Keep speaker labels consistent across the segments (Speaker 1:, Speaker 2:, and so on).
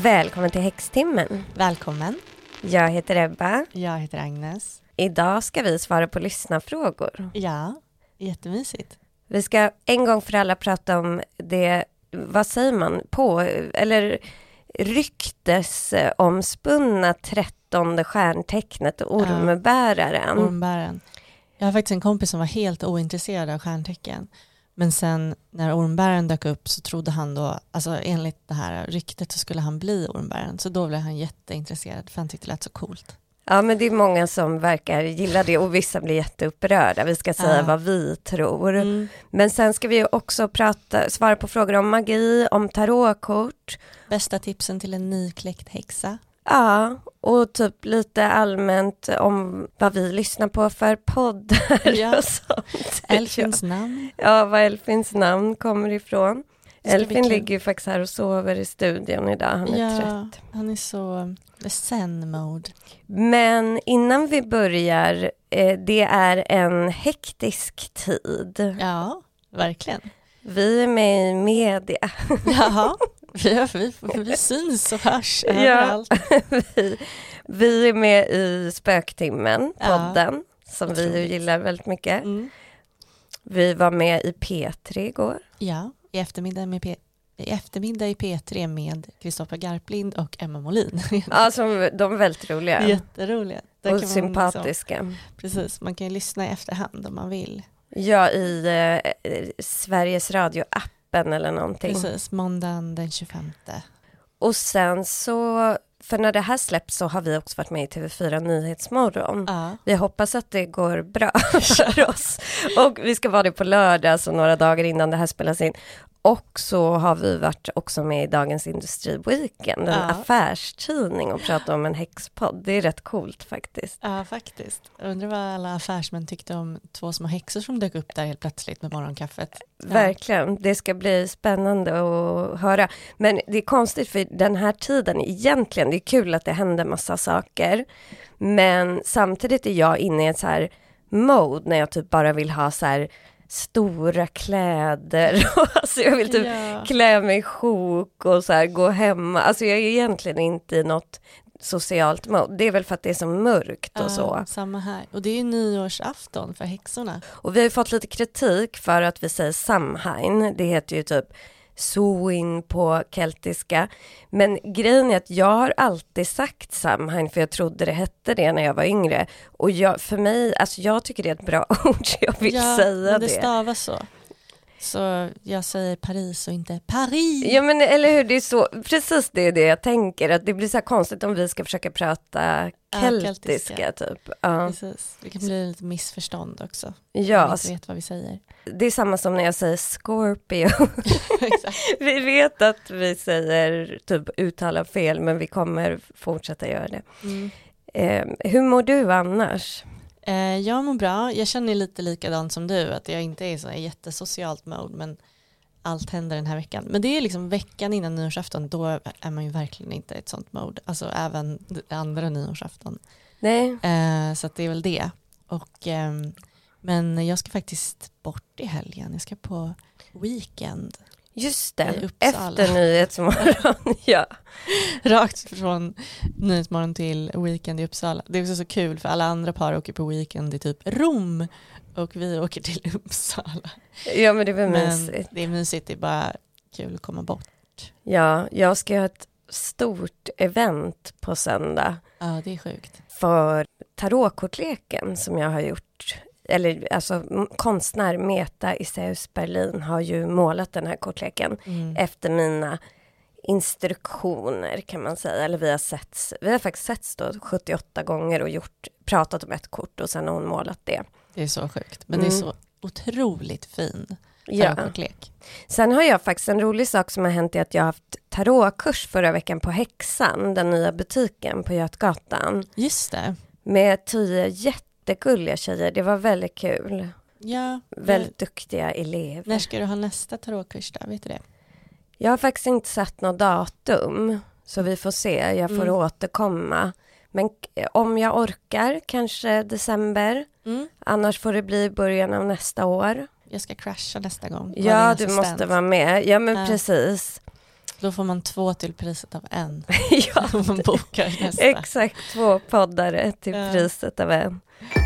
Speaker 1: Välkommen till Häxtimmen.
Speaker 2: Välkommen.
Speaker 1: Jag heter Ebba.
Speaker 2: Jag heter Agnes.
Speaker 1: Idag ska vi svara på lyssnarfrågor.
Speaker 2: Ja, jättemysigt.
Speaker 1: Vi ska en gång för alla prata om det, vad säger man, eller ryktesomspunna 13:e stjärntecknet, ormbäraren.
Speaker 2: Ormbäraren. Jag har faktiskt en kompis som var helt ointresserad av stjärntecken. Men sen när ormbäraren dök upp så trodde han då, alltså enligt det här ryktet så skulle han bli ormbäraren. Så då blev han jätteintresserad för han tyckte det lät så coolt.
Speaker 1: Ja, men det är många som verkar gilla det och vissa blir jätteupprörda. Vi ska säga vad vi tror. Men sen ska vi också svara på frågor om magi, om tarotkort.
Speaker 2: Bästa tipsen till en nykläckt häxa.
Speaker 1: Ja, och typ lite allmänt om vad vi lyssnar på för poddar och sånt.
Speaker 2: Elfins namn.
Speaker 1: Ja, vad Elfins namn kommer ifrån. Elfin ligger ju faktiskt här och sover i studion idag. Han är trött.
Speaker 2: Han är så zen-mode.
Speaker 1: Men innan vi börjar, det är en hektisk tid.
Speaker 2: Ja, verkligen.
Speaker 1: Vi är med i media.
Speaker 2: Jaha. Vi syns och hörs överallt.
Speaker 1: Vi är med i Spöktimmen, podden, som vi gillar väldigt mycket. Vi var med i P3 igår.
Speaker 2: Ja, i eftermiddag i P3 med Kristoffer Garplind och Emma Molin.
Speaker 1: Ja, de är väldigt roliga.
Speaker 2: Jätteroliga.
Speaker 1: Och sympatiska.
Speaker 2: Precis, man kan ju lyssna i efterhand om man vill.
Speaker 1: Ja, i Sveriges Radio-app. Eller någonting.
Speaker 2: Precis, måndagen den 25.
Speaker 1: Och sen så, för när det här släpps så har vi också varit med i TV4 Nyhetsmorgon. Vi hoppas att det går bra för oss. Och vi ska vara det på lördag, så några dagar innan det här spelas in. Och så har vi varit också med i Dagens Industri-weekend, en affärstidning, och pratat om en häxpodd. Det är rätt coolt faktiskt.
Speaker 2: Ja, faktiskt. Jag undrar vad alla affärsmän tyckte om 2 små häxor som dök upp där helt plötsligt med morgonkaffet. Ja.
Speaker 1: Verkligen, det ska bli spännande att höra. Men det är konstigt för den här tiden egentligen, det är kul att det händer massa saker. Men samtidigt är jag inne i ett så här mode när jag typ bara vill ha så här stora kläder. Alltså jag vill typ klä mig i sjok och så här gå hemma. Alltså jag är egentligen inte i något socialt mode. Det är väl för att det är så mörkt och så.
Speaker 2: Samma här. Och det är ju nyårsafton för häxorna.
Speaker 1: Och vi har ju fått lite kritik för att vi säger Samhain. Det heter ju typ Soin på keltiska. Men grejen är att jag har alltid sagt Samhain för jag trodde det hette det när jag var yngre. Och för mig, alltså jag tycker det är ett bra ord så jag vill säga
Speaker 2: men det stavas så. Så jag säger Paris och inte Paris.
Speaker 1: Ja, men eller hur, det är så, precis det är det jag tänker, att det blir så här konstigt om vi ska försöka prata keltiska typ. Ja.
Speaker 2: Precis. Det kan bli lite missförstånd också.
Speaker 1: Ja.
Speaker 2: Vi inte vet vad vi säger.
Speaker 1: Det är samma som när jag säger Scorpio. Vi vet att vi säger typ uttala fel, men vi kommer fortsätta göra det. Hur mår du annars?
Speaker 2: Jag mår bra. Jag känner lite likadant som du, att jag inte är så jättesocialt mode, men allt händer den här veckan. Men det är liksom veckan innan nyårsafton, då är man ju verkligen inte i ett sånt mode. Alltså även andra nyårsafton.
Speaker 1: Nej.
Speaker 2: Så att det är väl det. Och, men jag ska faktiskt bort i helgen. Jag ska på weekend.
Speaker 1: Just det, efter Nyhetsmorgon. Ja.
Speaker 2: Rakt från Nyhetsmorgon till weekend i Uppsala. Det är också så kul för alla andra par åker på weekend i typ Rom och vi åker till Uppsala.
Speaker 1: Ja, men det var mysigt.
Speaker 2: Det är mysigt, det är bara kul att komma bort.
Speaker 1: Ja, jag ska ha ett stort event på söndag.
Speaker 2: Ja, det är sjukt.
Speaker 1: För tarotkortleken som jag har gjort. Eller alltså konstnär Meta Iseus Berlin har ju målat den här kortleken efter mina instruktioner kan man säga. Eller vi har faktiskt setts då 78 gånger och pratat om ett kort och sen har hon målat det.
Speaker 2: Det är så sjukt, men det är så otroligt fin tarotkortlek.
Speaker 1: Sen har jag faktiskt en rolig sak som har hänt i att jag har haft tarotkurs förra veckan på Häxan, den nya butiken på Götgatan.
Speaker 2: Just det.
Speaker 1: Med 10 jättegulliga tjejer. Det var väldigt kul.
Speaker 2: Ja.
Speaker 1: Väldigt duktiga elever.
Speaker 2: När ska du ha nästa tarotkurs där? Vet du det?
Speaker 1: Jag har faktiskt inte satt något datum. Så vi får se. Jag får återkomma. Men om jag orkar, kanske december. Annars får det bli början av nästa år.
Speaker 2: Jag ska crasha nästa gång.
Speaker 1: Ja, du måste vara med. Ja, men precis.
Speaker 2: Då får man 2 till priset av en.
Speaker 1: Ja,
Speaker 2: Om man bokar nästa.
Speaker 1: exakt 2 poddare till priset av en.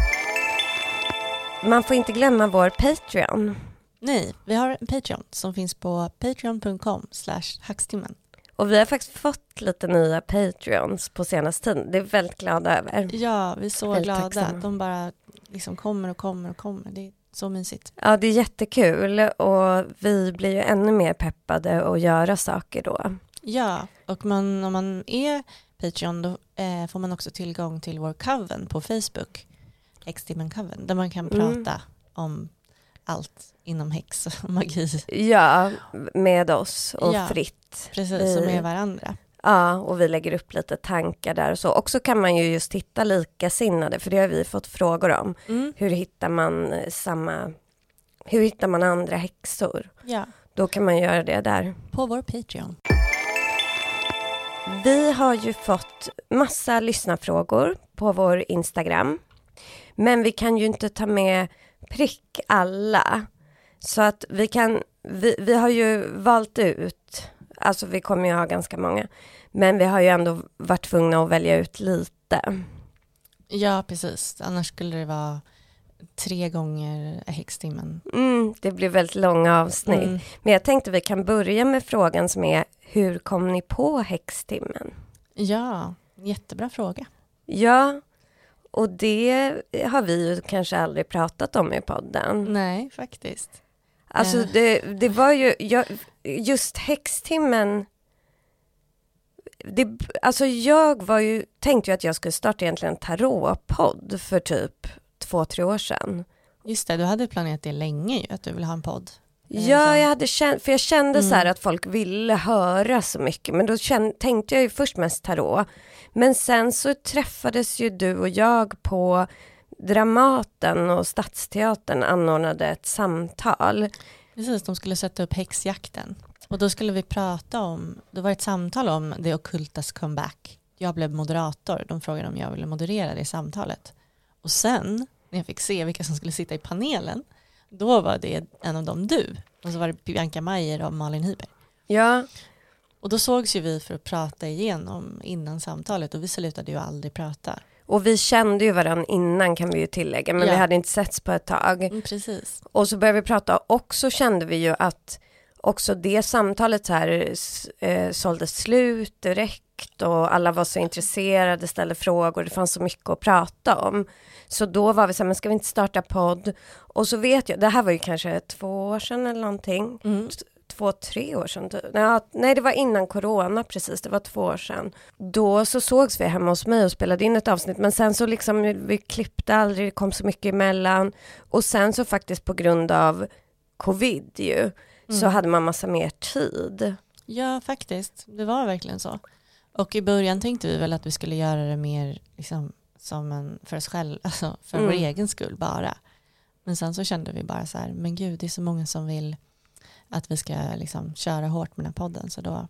Speaker 1: Man får inte glömma vår Patreon.
Speaker 2: Nej, vi har en Patreon som finns på patreon.com/hackstimmen.
Speaker 1: Och vi har faktiskt fått lite nya Patreons på senaste tiden. Det är väldigt glada över.
Speaker 2: Ja, vi är så
Speaker 1: Väldigt
Speaker 2: glada.
Speaker 1: tacksamma.
Speaker 2: De bara liksom kommer och kommer och kommer. Det är så mysigt.
Speaker 1: Ja, det är jättekul och vi blir ju ännu mer peppade att göra saker då.
Speaker 2: Ja, och om man är Patreon då får man också tillgång till vår coven på Facebook. Häxtimmen-coven, där man kan prata om allt inom häx och magi.
Speaker 1: Ja, med oss och fritt.
Speaker 2: Precis, och med varandra.
Speaker 1: Ja, och vi lägger upp lite tankar där och så. Och så kan man ju just hitta likasinnade, för det har vi fått frågor om. Hur hittar man andra häxor?
Speaker 2: Ja.
Speaker 1: Då kan man göra det där.
Speaker 2: På vår Patreon.
Speaker 1: Vi har ju fått massa lyssnarfrågor på vår Instagram. Men vi kan ju inte ta med prick alla. Så att vi har ju valt ut, alltså vi kommer ju ha ganska många. Men vi har ju ändå varit tvungna att välja ut lite.
Speaker 2: Ja, precis. Annars skulle det vara 3 gånger häxtimmen.
Speaker 1: Det blir väldigt långa avsnitt. Men jag tänkte vi kan börja med frågan som är: hur kom ni på häxtimmen?
Speaker 2: Ja, jättebra fråga.
Speaker 1: Ja, och det har vi ju kanske aldrig pratat om i podden.
Speaker 2: Nej, faktiskt.
Speaker 1: Alltså det var ju, just häxtimmen, alltså jag tänkte ju att jag skulle starta egentligen en tarotpodd för typ 2-3 år sedan.
Speaker 2: Just det, du hade planerat det länge ju, att du ville ha en podd.
Speaker 1: Ja, jag kände så här att folk ville höra så mycket. Men då tänkte jag ju först mest tarot. Men sen så träffades ju du och jag på Dramaten, och Stadsteatern anordnade ett samtal.
Speaker 2: Precis, de skulle sätta upp häxjakten. Och då skulle vi prata om, det var ett samtal om det ockultas comeback. Jag blev moderator, de frågade om jag ville moderera det samtalet. Och sen, när jag fick se vilka som skulle sitta i panelen, då var det en av dem du. Och så var det Bianca Meijer och Malin Hyber.
Speaker 1: Ja.
Speaker 2: Och då sågs ju vi för att prata igenom innan samtalet, och vi slutade ju aldrig prata.
Speaker 1: Och vi kände ju varandra innan, kan vi ju tillägga. Men vi hade inte setts på ett tag.
Speaker 2: Precis.
Speaker 1: Och så började vi prata, och så kände vi ju att också det samtalet så här såldes slut direkt. Och alla var så intresserade, ställde frågor. Det fanns så mycket att prata om. Så då var vi så här, men ska vi inte starta podd? Och så vet jag, det här var ju kanske 2 år sedan eller någonting. 2-3 år sedan. Nej, det var innan corona precis. Det var 2 år sedan. Då så sågs vi hemma hos mig och spelade in ett avsnitt. Men sen så liksom, vi klippte aldrig, det kom så mycket emellan. Och sen så faktiskt på grund av covid ju, så hade man massa mer tid.
Speaker 2: Ja, faktiskt. Det var verkligen så. Och i början tänkte vi väl att vi skulle göra det mer liksom, som för oss själva, alltså för vår egen skull bara. Men sen så kände vi bara så här, men gud, det är så många som vill att vi ska liksom köra hårt med den här podden, så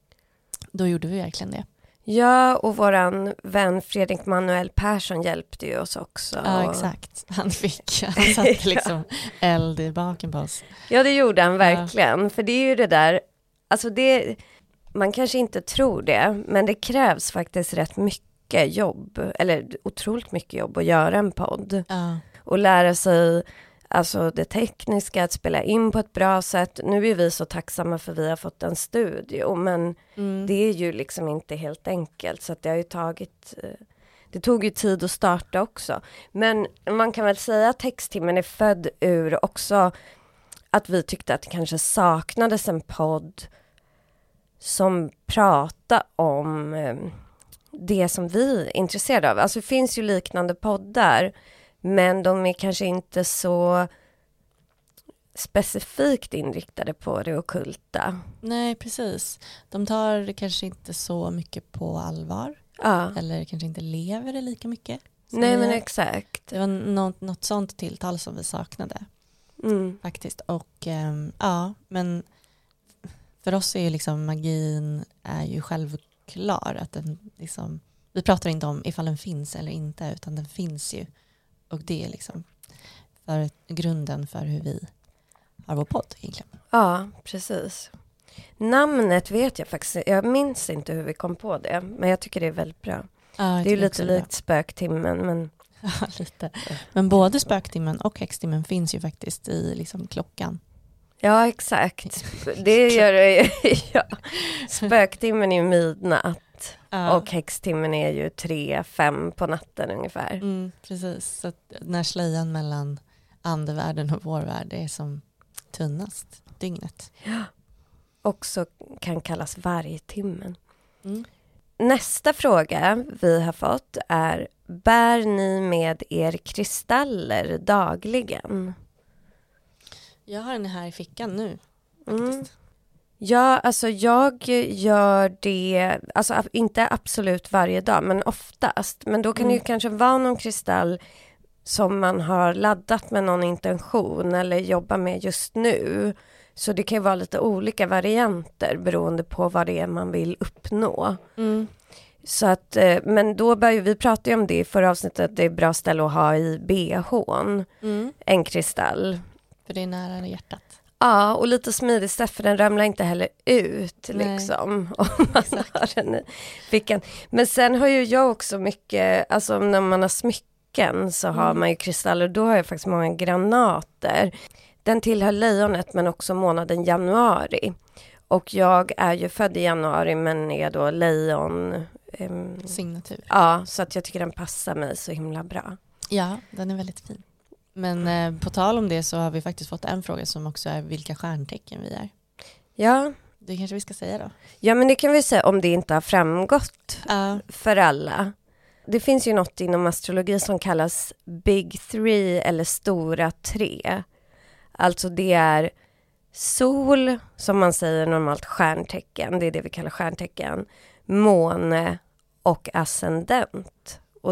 Speaker 2: då gjorde vi verkligen det.
Speaker 1: Ja, och våran vän Fredrik Manuel Persson hjälpte ju oss också.
Speaker 2: Ja, exakt. Han satte liksom eld i baken på oss.
Speaker 1: Ja, det gjorde han verkligen. Ja. För det är ju det där, alltså man kanske inte tror det, men det krävs faktiskt rätt mycket jobb, eller otroligt mycket jobb att göra en podd.
Speaker 2: Ja.
Speaker 1: Och lära sig alltså det tekniska, att spela in på ett bra sätt. Nu är vi så tacksamma för vi har fått en studio, men det är ju liksom inte helt enkelt. Så att det har ju det tog ju tid att starta också. Men man kan väl säga att Häxtimmen är född ur också att vi tyckte att det kanske saknades en podd som pratar om det som vi är intresserade av. Alltså det finns ju liknande poddar, men de är kanske inte så specifikt inriktade på det ockulta.
Speaker 2: Nej, precis. De tar det kanske inte så mycket på allvar.
Speaker 1: Ja.
Speaker 2: Eller kanske inte lever det lika mycket.
Speaker 1: Nej, men exakt.
Speaker 2: Det var något sånt tilltal som vi saknade. Faktiskt. Och ja, men för oss är ju liksom magin är ju självklar. Att den liksom, vi pratar inte om ifall den finns eller inte, utan den finns ju. Och det är liksom för grunden för hur vi har vår podd egentligen.
Speaker 1: Ja, precis. Namnet vet jag faktiskt. Jag minns inte hur vi kom på det. Men jag tycker det är väldigt bra.
Speaker 2: Ja,
Speaker 1: det är ju lite likt Spöktimmen. Men...
Speaker 2: Ja, lite. Men både Spöktimmen och Häxtimmen finns ju faktiskt i liksom klockan.
Speaker 1: Ja, exakt. Det gör det ju. Ja. Spöktimmen är ju midnatt.
Speaker 2: Ja.
Speaker 1: Och häxtimmen är ju 3-5 på natten ungefär.
Speaker 2: Precis. Så att när slöjan mellan andevärlden och vår värld är som tunnast. Dygnet.
Speaker 1: Ja. Också kan kallas vargtimmen.
Speaker 2: Mm.
Speaker 1: Nästa fråga vi har fått är: bär ni med er kristaller dagligen?
Speaker 2: Jag har den här i fickan nu faktiskt.
Speaker 1: Ja, alltså jag gör det, alltså inte absolut varje dag, men oftast. Men då kan det ju kanske vara någon kristall som man har laddat med någon intention eller jobbar med just nu. Så det kan ju vara lite olika varianter beroende på vad det är man vill uppnå. Så att, men då börjar vi prata ju om det i förra avsnittet, att det är bra ställe att ha i BH:n, en kristall.
Speaker 2: För det är nära hjärtat.
Speaker 1: Ja, och lite smidigt för den ramlar inte heller ut liksom, om man har den i fickan. Men sen har ju jag också mycket, alltså när man har smycken så har man ju kristaller, då har jag faktiskt många granater. Den tillhör lejonet men också månaden januari. Och jag är ju född i januari men är då lejon.
Speaker 2: Signatur.
Speaker 1: Ja, så att jag tycker den passar mig så himla bra.
Speaker 2: Ja, den är väldigt fin. Men på tal om det så har vi faktiskt fått en fråga som också är vilka stjärntecken vi är.
Speaker 1: Ja.
Speaker 2: Det kanske vi ska säga då.
Speaker 1: Ja, men det kan vi säga om det inte har framgått för alla. Det finns ju något inom astrologi som kallas Big 3 eller stora 3. Alltså det är sol, som man säger normalt stjärntecken, det är det vi kallar stjärntecken, måne och ascendent. Och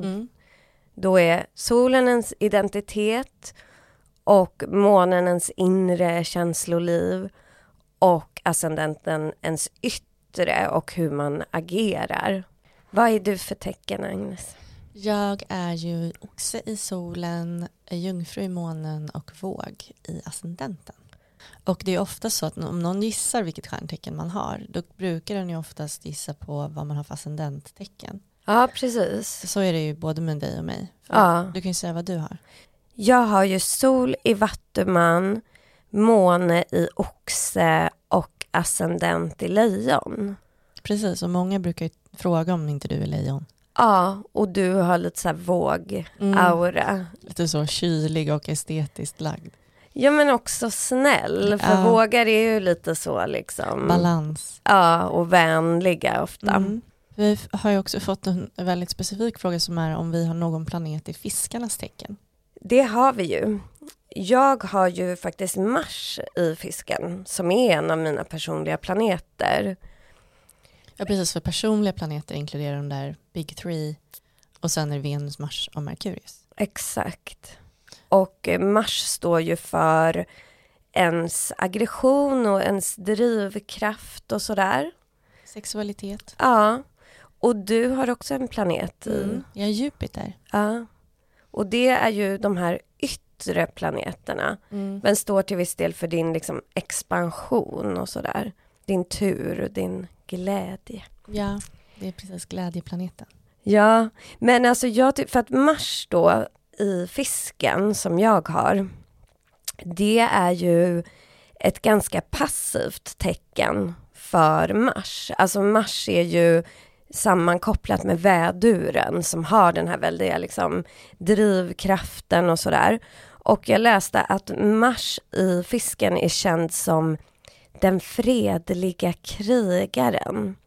Speaker 1: då är solen ens identitet och månen ens inre känsloliv och ascendenten ens yttre och hur man agerar. Vad är du för tecken, Agnes?
Speaker 2: Jag är ju oxe i solen, jungfru i månen och våg i ascendenten. Och det är ofta så att om någon gissar vilket stjärntecken man har, då brukar den ju oftast gissa på vad man har för ascendenttecken.
Speaker 1: Ja, precis.
Speaker 2: Så är det ju både med dig och mig.
Speaker 1: Ja.
Speaker 2: Du kan ju säga vad du har.
Speaker 1: Jag har ju sol i vattuman, måne i oxe och ascendent i lejon.
Speaker 2: Precis, och många brukar ju fråga om inte du är lejon.
Speaker 1: Ja, och du har lite så här våg-aura.
Speaker 2: Lite så kylig och estetiskt lagd.
Speaker 1: Ja, men också snäll. För vågar är ju lite så liksom.
Speaker 2: Balans.
Speaker 1: Ja, och vänliga ofta.
Speaker 2: Vi har ju också fått en väldigt specifik fråga som är om vi har någon planet i fiskarnas tecken.
Speaker 1: Det har vi ju. Jag har ju faktiskt Mars i fisken som är en av mina personliga planeter.
Speaker 2: Ja, precis, för personliga planeter inkluderar de där Big 3 och sen är Venus, Mars och Merkurius.
Speaker 1: Exakt. Och Mars står ju för ens aggression och ens drivkraft och sådär.
Speaker 2: Sexualitet.
Speaker 1: Ja, och du har också en planet i.
Speaker 2: Jag är Jupiter.
Speaker 1: Ja, och det är ju de här yttre planeterna. Men står till viss del för din liksom expansion och sådär. Din tur, din glädje.
Speaker 2: Ja, det är precis glädjeplaneten.
Speaker 1: Ja, men alltså för att Mars då i fisken som jag har, det är ju ett ganska passivt tecken för Mars. Alltså Mars är ju sammankopplat med väduren som har den här väldiga liksom drivkraften och sådär. Och jag läste att Mars i fisken är känd som den fredliga krigaren.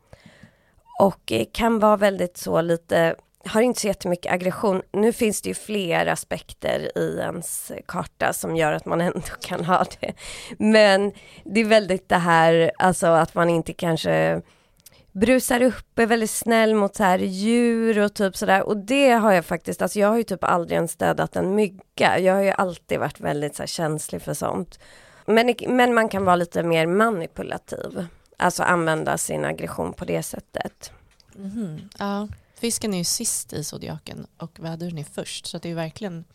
Speaker 1: Och kan vara väldigt så lite, har inte så jättemycket aggression. Nu finns det ju fler aspekter i ens karta som gör att man ändå kan ha det. Men det är väldigt det här, alltså att man inte kanske brusar upp, är väldigt snäll mot så här djur och typ sådär. Och det har jag faktiskt, alltså jag har ju typ aldrig ens dödat en mygga. Jag har ju alltid varit väldigt så här känslig för sånt. Men man kan vara lite mer manipulativ. Alltså använda sin aggression på det sättet.
Speaker 2: Ja, fisken är ju sist i zodiaken och väduren är först. Så det är verkligen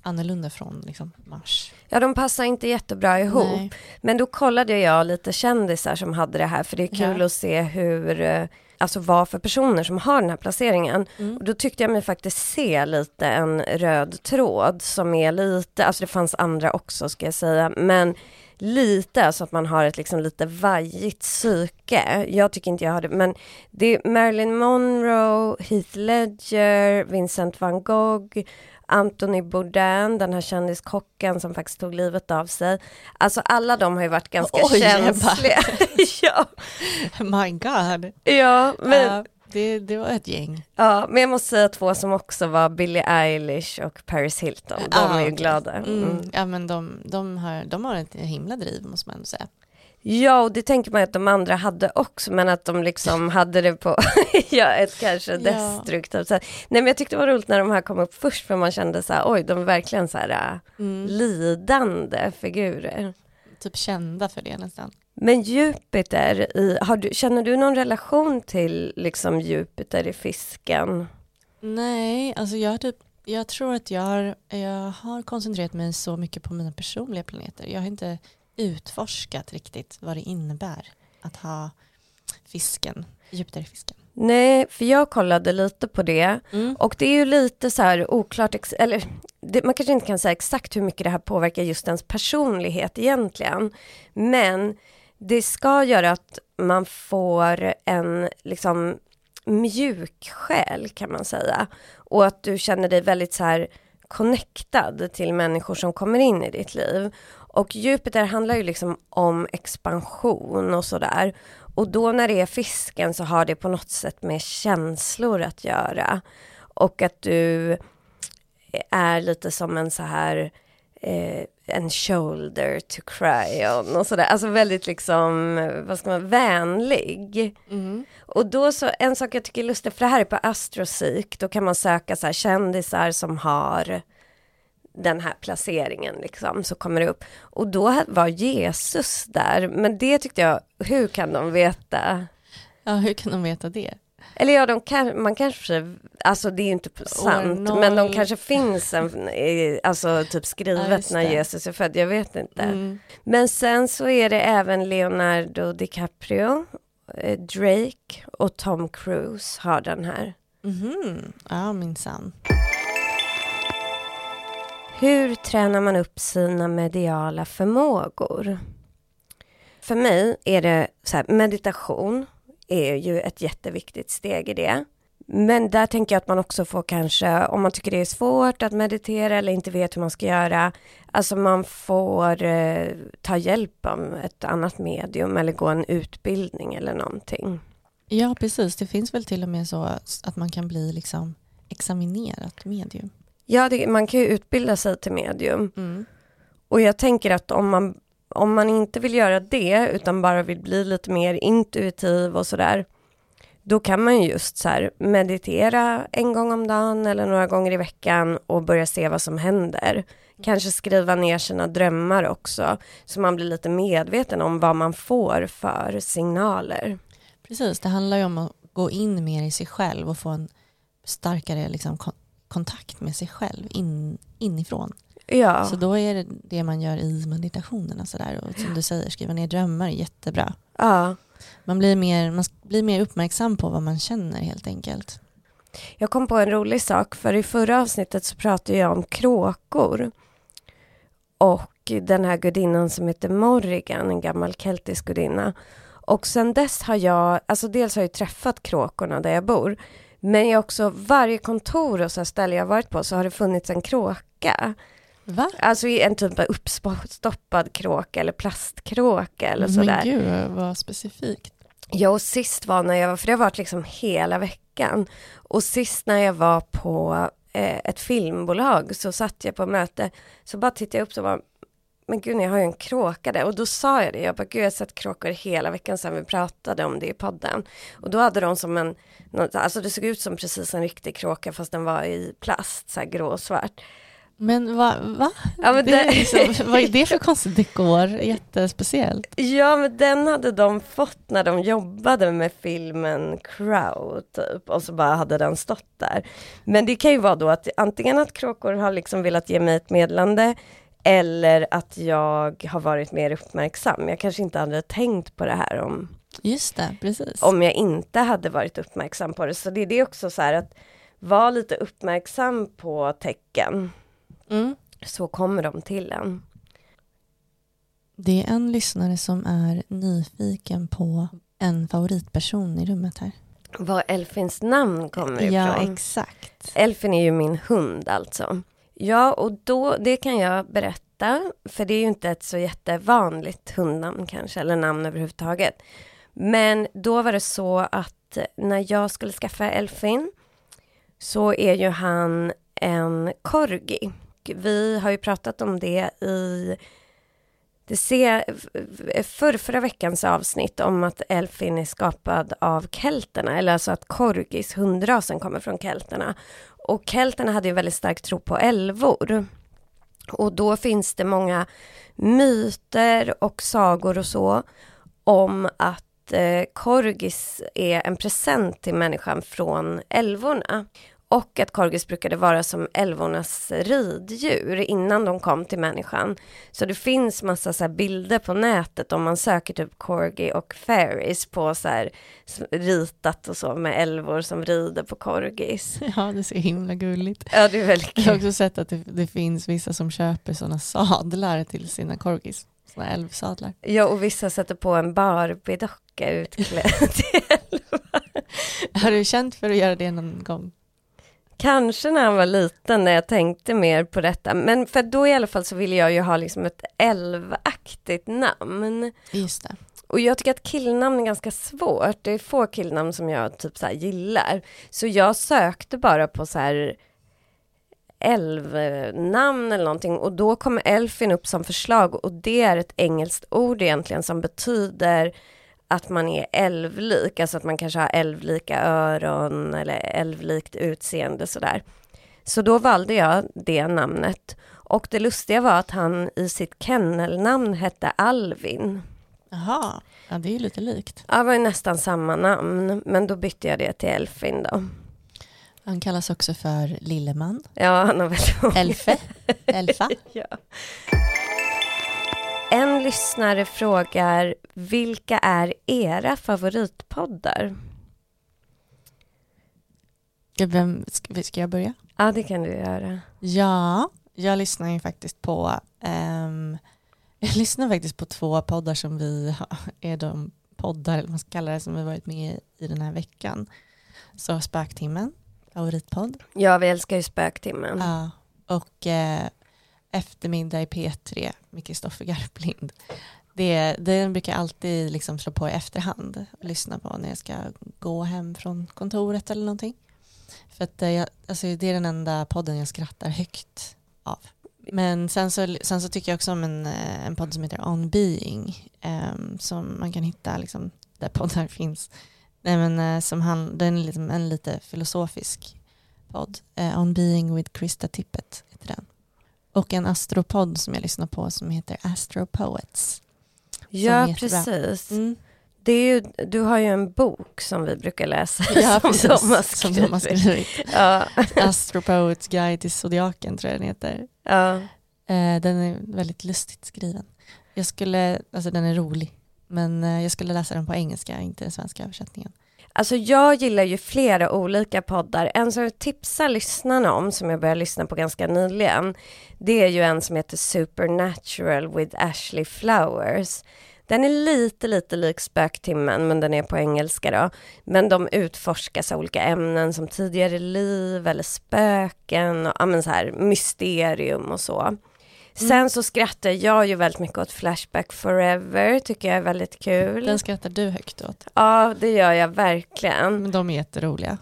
Speaker 2: annorlunda från liksom Mars.
Speaker 1: Ja, de passar inte jättebra ihop.
Speaker 2: Nej.
Speaker 1: Men då kollade jag lite kändisar som hade det här. För det är kul att se hur, alltså vad för personer som har den här placeringen. Och då tyckte jag mig faktiskt se lite en röd tråd som är lite, alltså det fanns andra också ska jag säga. Men lite så att man har ett liksom lite vajigt psyke. Jag tycker inte jag har det, men det är Marilyn Monroe, Heath Ledger, Vincent van Gogh, Anthony Bourdain, den här kändiskocken som faktiskt tog livet av sig. Alltså alla de har ju varit ganska känsliga. Ja.
Speaker 2: My God.
Speaker 1: Ja, men
Speaker 2: det var ett gäng.
Speaker 1: ja, men jag måste säga 2 som också var Billie Eilish och Paris Hilton. De är ju glada.
Speaker 2: Ja, men de har ett himla driv måste man ändå säga.
Speaker 1: Ja, och det tänker man att de andra hade också, men att de liksom hade det på ett kanske destruktivt sätt. Nej, men jag tyckte det var roligt när de här kom upp först, för man kände så här, oj, de är verkligen så här lidande figurer.
Speaker 2: Typ kända för det nästan.
Speaker 1: Men Jupiter, känner du någon relation till liksom Jupiter i fisken?
Speaker 2: Nej, alltså jag tror att jag har koncentrerat mig så mycket på mina personliga planeter. Jag har inte utforskat riktigt vad det innebär att ha Jupiter i fisken.
Speaker 1: Nej, för jag kollade lite på det och det är ju lite så här oklart, eller man kanske inte kan säga exakt hur mycket det här påverkar just ens personlighet egentligen, men det ska göra att man får en liksom mjuk själ kan man säga, och att du känner dig väldigt så här connectad till människor som kommer in i ditt liv. Och Jupiter handlar ju liksom om expansion och sådär. Och då när det är fisken så har det på något sätt med känslor att göra. Och att du är lite som en så här en shoulder to cry on och sådär. Alltså väldigt liksom, vad ska man, vänlig. Och då så, en sak jag tycker är lustigt, för det här är på Astroseek, då kan man söka så här kändisar som har den här placeringen liksom, så kommer det upp. Och då var Jesus där, men det tyckte jag, hur kan de veta?
Speaker 2: Ja, hur kan de veta det?
Speaker 1: Eller ja, man kanske, alltså det är ju inte sant, men de kanske finns alltså typ skrivet när Jesus är född, jag vet inte. Men sen så är det även Leonardo DiCaprio, Drake och Tom Cruise har den här.
Speaker 2: Ja, minsann.
Speaker 1: Hur tränar man upp sina mediala förmågor? För mig är det så här, meditation är ju ett jätteviktigt steg i det. Men där tänker jag att man också får kanske, om man tycker det är svårt att meditera eller inte vet hur man ska göra, alltså man får ta hjälp av ett annat medium eller gå en utbildning eller någonting.
Speaker 2: Ja, precis. Det finns väl till och med så att man kan bli liksom examinerat medium.
Speaker 1: Ja, man kan ju utbilda sig till medium. Och jag tänker att om man inte vill göra det utan bara vill bli lite mer intuitiv och sådär, då kan man ju just så här meditera en gång om dagen eller några gånger i veckan och börja se vad som händer. Kanske skriva ner sina drömmar också, så man blir lite medveten om vad man får för signaler.
Speaker 2: Precis, det handlar ju om att gå in mer i sig själv och få en starkare liksom kontakt med sig själv inifrån.
Speaker 1: Ja.
Speaker 2: Så då är det man gör i meditationen och sådär. Och som du säger, skriva ner drömmar är jättebra.
Speaker 1: Ja.
Speaker 2: Man blir mer uppmärksam på vad man känner helt enkelt.
Speaker 1: Jag kom på en rolig sak, för i förra avsnittet så pratade jag om kråkor. Och den här gudinnan som heter Morrigan, en gammal keltisk gudinna. Och sen dess har jag, alltså dels har jag träffat kråkorna där jag bor. Men jag också, varje kontor och så ställe jag varit på så har det funnits en kråka.
Speaker 2: Va?
Speaker 1: Alltså en typ av uppstoppad kråka eller plastkråka eller sådär.
Speaker 2: Men gud, vad specifikt.
Speaker 1: Ja, och sist var när jag var, för det har varit liksom hela veckan. Och sist när jag var på ett filmbolag så satt jag på möte. Så bara tittade jag upp och var, men gud, jag har ju en kråka där. Och då sa jag det, jag bara, gud, jag har sett kråkor hela veckan sedan vi pratade om det i podden. Och då hade de som alltså det såg ut som precis en riktig kråka fast den var i plast, så här grå och svart.
Speaker 2: Men va?
Speaker 1: Ja, men
Speaker 2: det är liksom, vad är det för konstig dekor? Jättespeciellt.
Speaker 1: Ja, men den hade de fått när de jobbade med filmen Crow typ. Och så bara hade den stått där. Men det kan ju vara då att antingen att kråkor har liksom velat ge mig ett meddelande, eller att jag har varit mer uppmärksam. Jag kanske inte hade tänkt på det här om...
Speaker 2: Just det, precis.
Speaker 1: Om jag inte hade varit uppmärksam på det. Så det är det också så här att vara lite uppmärksam på tecken. Så kommer de till en.
Speaker 2: Det är en lyssnare som är nyfiken på en favoritperson i rummet här.
Speaker 1: Var Elfins namn kommer ifrån.
Speaker 2: Ja, exakt.
Speaker 1: Elfin är ju min hund alltså. Ja, och då, det kan jag berätta. För det är ju inte ett så jättevanligt hundnamn kanske. Eller namn överhuvudtaget. Men då var det så att när jag skulle skaffa Elfin, så är ju han en corgi. Vi har ju pratat om det i förra veckans avsnitt om att Elfin är skapad av kelterna, eller alltså att corgis, hundrasen, kommer från kelterna. Och kelterna hade ju väldigt stark tro på älvor. Och då finns det många myter och sagor och så om att corgis är en present till människan från älvorna. Och att corgis brukade vara som älvornas riddjur innan de kom till människan. Så det finns massa så här bilder på nätet om man söker typ corgi och fairies på så här ritat och så med älvor som rider på corgis.
Speaker 2: Ja, det ser himla gulligt.
Speaker 1: Ja, det är väldigt kul.
Speaker 2: Jag har också sett att det finns vissa som köper sådana sadlar till sina corgis. Såna älvsadlar.
Speaker 1: Ja, och vissa sätter på en Barbie-docka utklädd till älvar.
Speaker 2: Har du känt för att göra det någon gång?
Speaker 1: Kanske när han var liten, när jag tänkte mer på detta. Men för då i alla fall så ville jag ju ha liksom ett älvaktigt namn.
Speaker 2: Just det.
Speaker 1: Och jag tycker att killnamn är ganska svårt. Det är få killnamn som jag typ så här gillar. Så jag sökte bara på så här älvnamn eller någonting. Och då kommer Elfin upp som förslag. Och det är ett engelskt ord egentligen som betyder att man är älvlik. Alltså att man kanske har älvlika öron eller älvlikt utseende sådär. Så då valde jag det namnet. Och det lustiga var att han i sitt kennelnamn hette Alvin.
Speaker 2: Jaha, ja, det är ju lite likt.
Speaker 1: Ja, det var ju nästan samma namn. Men då bytte jag det till Elfin då.
Speaker 2: Han kallas också för Lilleman.
Speaker 1: Ja, han har väl...
Speaker 2: Elfa.
Speaker 1: Ja. En lyssnare frågar, vilka är era favoritpoddar?
Speaker 2: Ska jag börja?
Speaker 1: Ja, det kan du göra.
Speaker 2: Ja, jag lyssnar ju faktiskt på jag lyssnar faktiskt på 2 poddar som vi är de poddar, eller man ska kalla det, som vi varit med i den här veckan. Så Spöktimmen, favoritpodd.
Speaker 1: Ja, vi älskar ju Spöktimmen.
Speaker 2: Ja, och Eftermiddag i P3 med Kristoffer Garplind. Det brukar jag alltid liksom slå på i efterhand och lyssna på när jag ska gå hem från kontoret eller någonting. För att alltså det är den enda podden jag skrattar högt av. Men sen så tycker jag också om en podd som heter On Being, som man kan hitta liksom där poddar finns. Nej, men den är liksom en lite filosofisk podd. On Being with Krista Tippett heter den. Och en astropodd som jag lyssnar på som heter Astro Poets.
Speaker 1: Ja, precis. Det är ju, du har ju en bok som vi brukar läsa.
Speaker 2: Ja,
Speaker 1: som de har
Speaker 2: skrivit. Ja. Astro Poets Guide till Zodiaken tror jag den heter.
Speaker 1: Ja.
Speaker 2: Den är väldigt lustigt skriven. Den är rolig. Men jag skulle läsa den på engelska, inte den svenska översättningen.
Speaker 1: Alltså jag gillar ju flera olika poddar. En som jag tipsar lyssnarna om, som jag började lyssna på ganska nyligen, det är ju en som heter Supernatural with Ashley Flowers. Den är lite lik Spöktimmen, men den är på engelska då. Men de utforskar så olika ämnen som tidigare liv eller spöken och så här, mysterium och så. Sen så skrattar jag ju väldigt mycket åt Flashback Forever, tycker jag är väldigt kul.
Speaker 2: Den skrattar du högt åt?
Speaker 1: Ja, det gör jag verkligen.
Speaker 2: Men de är jätteroliga.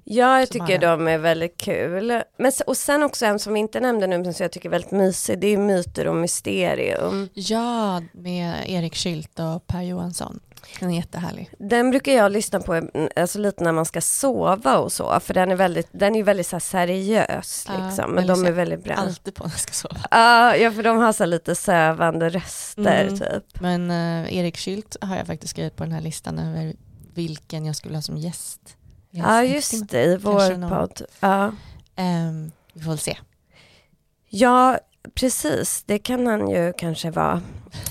Speaker 1: Ja, jag tycker de är väldigt kul. Men, och sen också en som vi inte nämnde nu, men som jag tycker är väldigt mysig, det är Myter och Mysterium.
Speaker 2: Ja, med Erik Skylt och Per Johansson. Den är jättehärlig.
Speaker 1: Den brukar jag lyssna på alltså lite när man ska sova och så, för den är väldigt så här seriös liksom, men de är väldigt bra.
Speaker 2: Alltid på när jag ska sova.
Speaker 1: Ja, för de har så lite sövande röster typ.
Speaker 2: Men Erik Skylt har jag faktiskt skrivit på den här listan över vilken jag skulle ha som gäst.
Speaker 1: Ja, just det, i vår podd. Ja.
Speaker 2: Vi får väl se.
Speaker 1: Ja, precis. Det kan han ju kanske vara.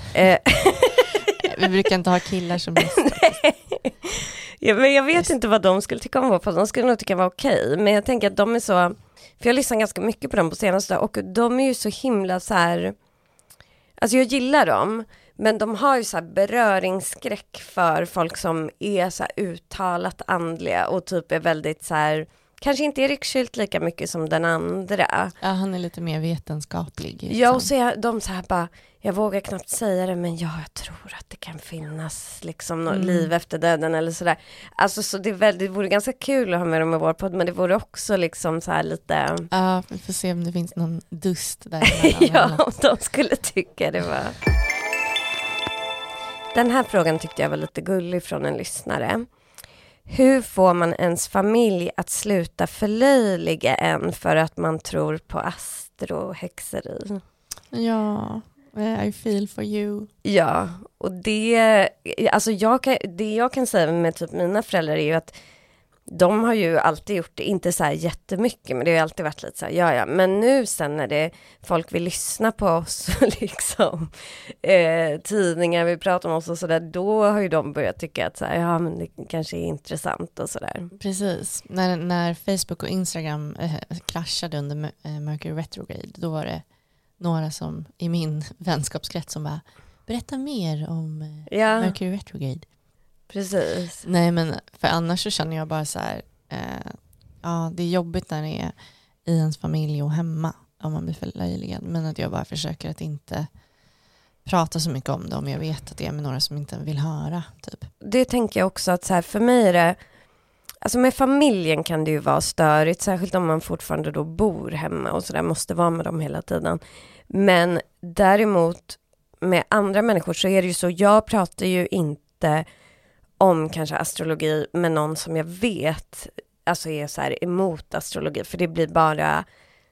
Speaker 2: Vi brukar inte ha killar som gäster.
Speaker 1: Ja, men jag vet inte vad de skulle tycka om vår podd. De skulle nog tycka var okej. Men jag tänker att de är så... För jag lyssnar ganska mycket på dem på senaste. Och de är ju så himla så här... Alltså jag gillar dem. Men de har ju så här beröringsskräck för folk som är så här uttalat andliga. Och typ är väldigt så här... Kanske inte Erik Skylt lika mycket som den andra.
Speaker 2: Ja, han är lite mer vetenskaplig. Liksom.
Speaker 1: Ja, och så är de så här bara, jag vågar knappt säga det, men ja, jag tror att det kan finnas liksom något liv efter döden eller sådär. Alltså så det vore ganska kul att ha med dem i vår podd, men det vore också liksom så här lite...
Speaker 2: Ja, vi får se om det finns någon dust där.
Speaker 1: Ja, om de skulle tycka det var... Den här frågan tyckte jag var lite gullig från en lyssnare. Hur får man ens familj att sluta förlöjliga en för att man tror på astrohäxeri?
Speaker 2: Ja, I feel for you.
Speaker 1: Ja, och alltså det jag kan säga med typ mina föräldrar är ju att de har ju alltid gjort det, inte så här jättemycket, men det har ju alltid varit lite så här, ja, men nu sen när folk vill lyssna på oss liksom, tidningar vi pratar om oss och sådär, då har ju de börjat tycka att så här, ja, men det kanske är intressant och sådär.
Speaker 2: Precis, när Facebook och Instagram kraschade under Mercury Retrograde, då var det några som i min vänskapskrets som bara, berätta mer om Mercury Retrograde.
Speaker 1: Precis.
Speaker 2: Nej, men för annars så känner jag bara så här, ja, det är jobbigt när det är i ens familj och hemma om man blir förlöjligad, men att jag bara försöker att inte prata så mycket om det om jag vet att det är med några som inte vill höra typ.
Speaker 1: Det tänker jag också att så här, för mig är det, alltså med familjen kan det ju vara störigt, särskilt om man fortfarande då bor hemma och så där, måste vara med dem hela tiden. Men däremot med andra människor så är det ju så, jag pratar ju inte om kanske astrologi med någon som jag vet alltså är så här emot astrologi, för det blir bara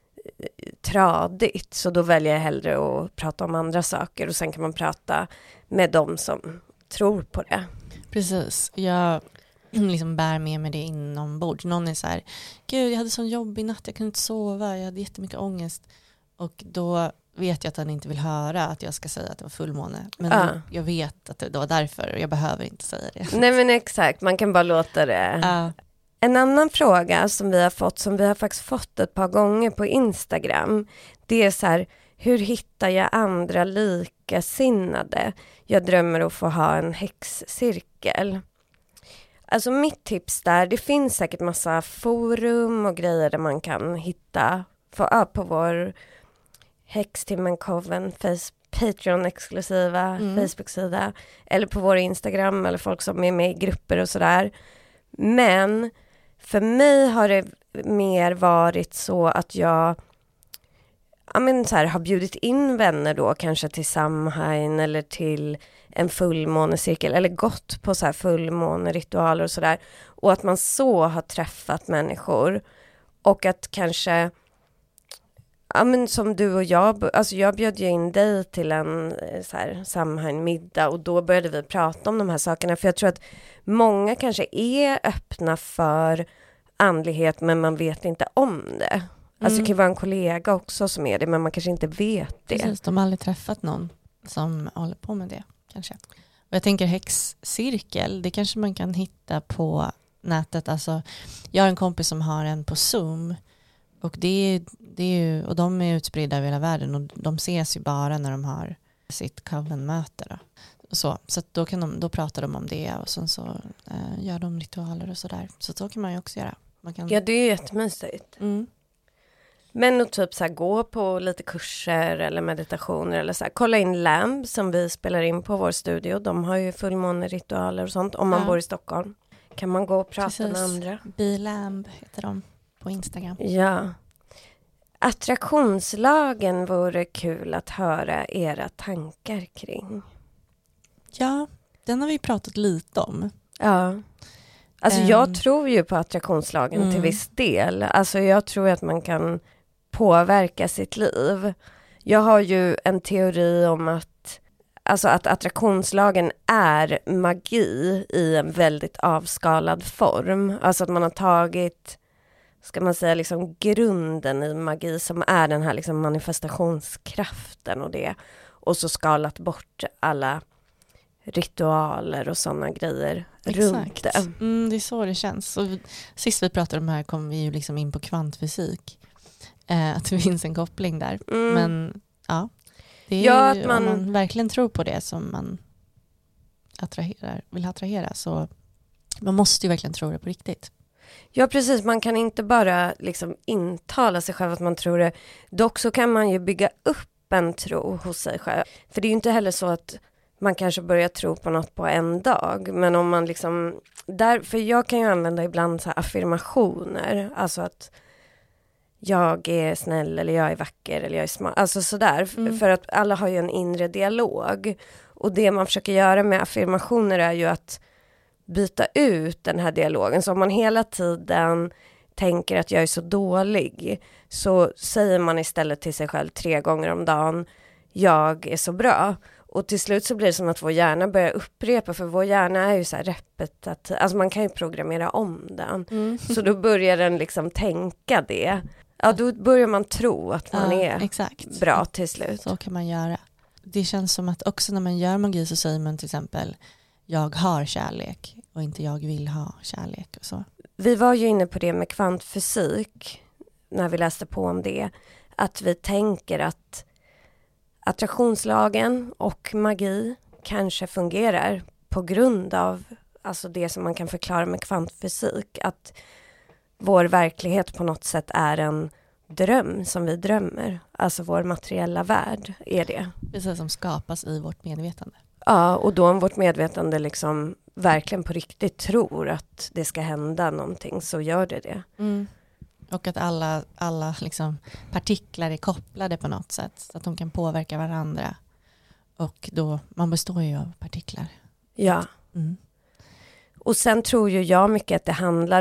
Speaker 1: tradigt, så då väljer jag hellre att prata om andra saker och sen kan man prata med dem som tror på det.
Speaker 2: Precis, jag liksom bär med mig det inombords. Någon är så här, gud jag hade sån jobb i natt, jag kunde inte sova, jag hade jättemycket ångest, och då vet jag att han inte vill höra att jag ska säga att det var fullmåne. Men jag vet att det var därför och jag behöver inte säga det.
Speaker 1: Nej, men exakt, man kan bara låta det. En annan fråga som vi har faktiskt fått ett par gånger på Instagram, det är så här, hur hittar jag andra likasinnade? Jag drömmer att få ha en häxcirkel. Alltså mitt tips där, det finns säkert massa forum och grejer där man kan hitta på vår Häxtimmen Coven Patreon-exklusiva Facebook-sida, eller på vår Instagram, eller folk som är med i grupper och sådär. Men för mig har det mer varit så att jag så här, har bjudit in vänner då, kanske till Samhain eller till en fullmånecirkel, eller gått på så här fullmåneritualer och sådär, och att man så har träffat människor, och att kanske som du och jag, alltså jag bjöd ju in dig till en så här Samhain-middag, och då började vi prata om de här sakerna, för jag tror att många kanske är öppna för andlighet, men man vet inte om det. Alltså det kan vara en kollega också som är det, men man kanske inte vet det.
Speaker 2: Precis, de har aldrig träffat någon som håller på med det kanske. Och jag tänker häxcirkel, det kanske man kan hitta på nätet. Alltså, jag har en kompis som har en på Zoom, och det är ju, och de är utspridda över hela världen, och de ses ju bara när de har sitt coven-möte så att då pratar de om det, och sen så gör de ritualer och sådär. Så kan man ju också göra.
Speaker 1: Ja, det är ju jättemysigt. Men att typ så här, gå på lite kurser eller meditationer, eller så här, kolla in Lamb som vi spelar in på vår studio. De har ju fullmåneritualer och sånt om man bor i Stockholm. kan man gå och prata med andra.
Speaker 2: Bilamb heter de på Instagram.
Speaker 1: Ja. Attraktionslagen vore kul att höra era tankar kring.
Speaker 2: Ja, den har vi pratat lite om.
Speaker 1: Ja. Alltså jag tror ju på attraktionslagen till viss del. Alltså jag tror att man kan påverka sitt liv. Jag har ju en teori om att attraktionslagen är magi i en väldigt avskalad form. Alltså att man har tagit, ska man säga, liksom grunden i magi som är den här liksom manifestationskraften och det. Och så skalat bort alla ritualer och sådna grejer runt det.
Speaker 2: Det är så det känns. Och sist vi pratade om det här kom vi ju liksom in på kvantfysik. Att det finns en koppling där. Men ja, det är ju, om man verkligen tror på det som man vill attrahera, så man måste ju verkligen tro det på riktigt.
Speaker 1: Ja, precis. Man kan inte bara liksom intala sig själv att man tror det. Dock så kan man ju bygga upp en tro hos sig själv. För det är ju inte heller så att man kanske börjar tro på något på en dag. Men om man liksom, för jag kan ju använda ibland så här affirmationer. Alltså att jag är snäll eller jag är vacker eller jag är smart. Alltså sådär. För att alla har ju en inre dialog. Och det man försöker göra med affirmationer är ju att byta ut den här dialogen. Så om man hela tiden tänker att jag är så dålig, så säger man istället till sig själv 3 gånger om dagen, jag är så bra. Och till slut så blir det som att vår hjärna börjar upprepa, för vår hjärna är ju så här repetitiv. Alltså man kan ju programmera om den. Så då börjar den liksom tänka det. Ja, då börjar man tro att man är bra till slut.
Speaker 2: Så kan man göra. Det känns som att också när man gör magi så säger man till exempel jag har kärlek och inte jag vill ha kärlek och så.
Speaker 1: Vi var ju inne på det med kvantfysik när vi läste på om det. Att vi tänker att attraktionslagen och magi kanske fungerar på grund av alltså det som man kan förklara med kvantfysik. Att vår verklighet på något sätt är en dröm som vi drömmer. Alltså vår materiella värld är det.
Speaker 2: Precis, som skapas i vårt medvetande.
Speaker 1: Ja, och då om vårt medvetande liksom verkligen på riktigt tror att det ska hända någonting, så gör det.
Speaker 2: Och att alla liksom partiklar är kopplade på något sätt så att de kan påverka varandra. Och då, man består ju av partiklar.
Speaker 1: Ja. Och sen tror ju jag mycket att det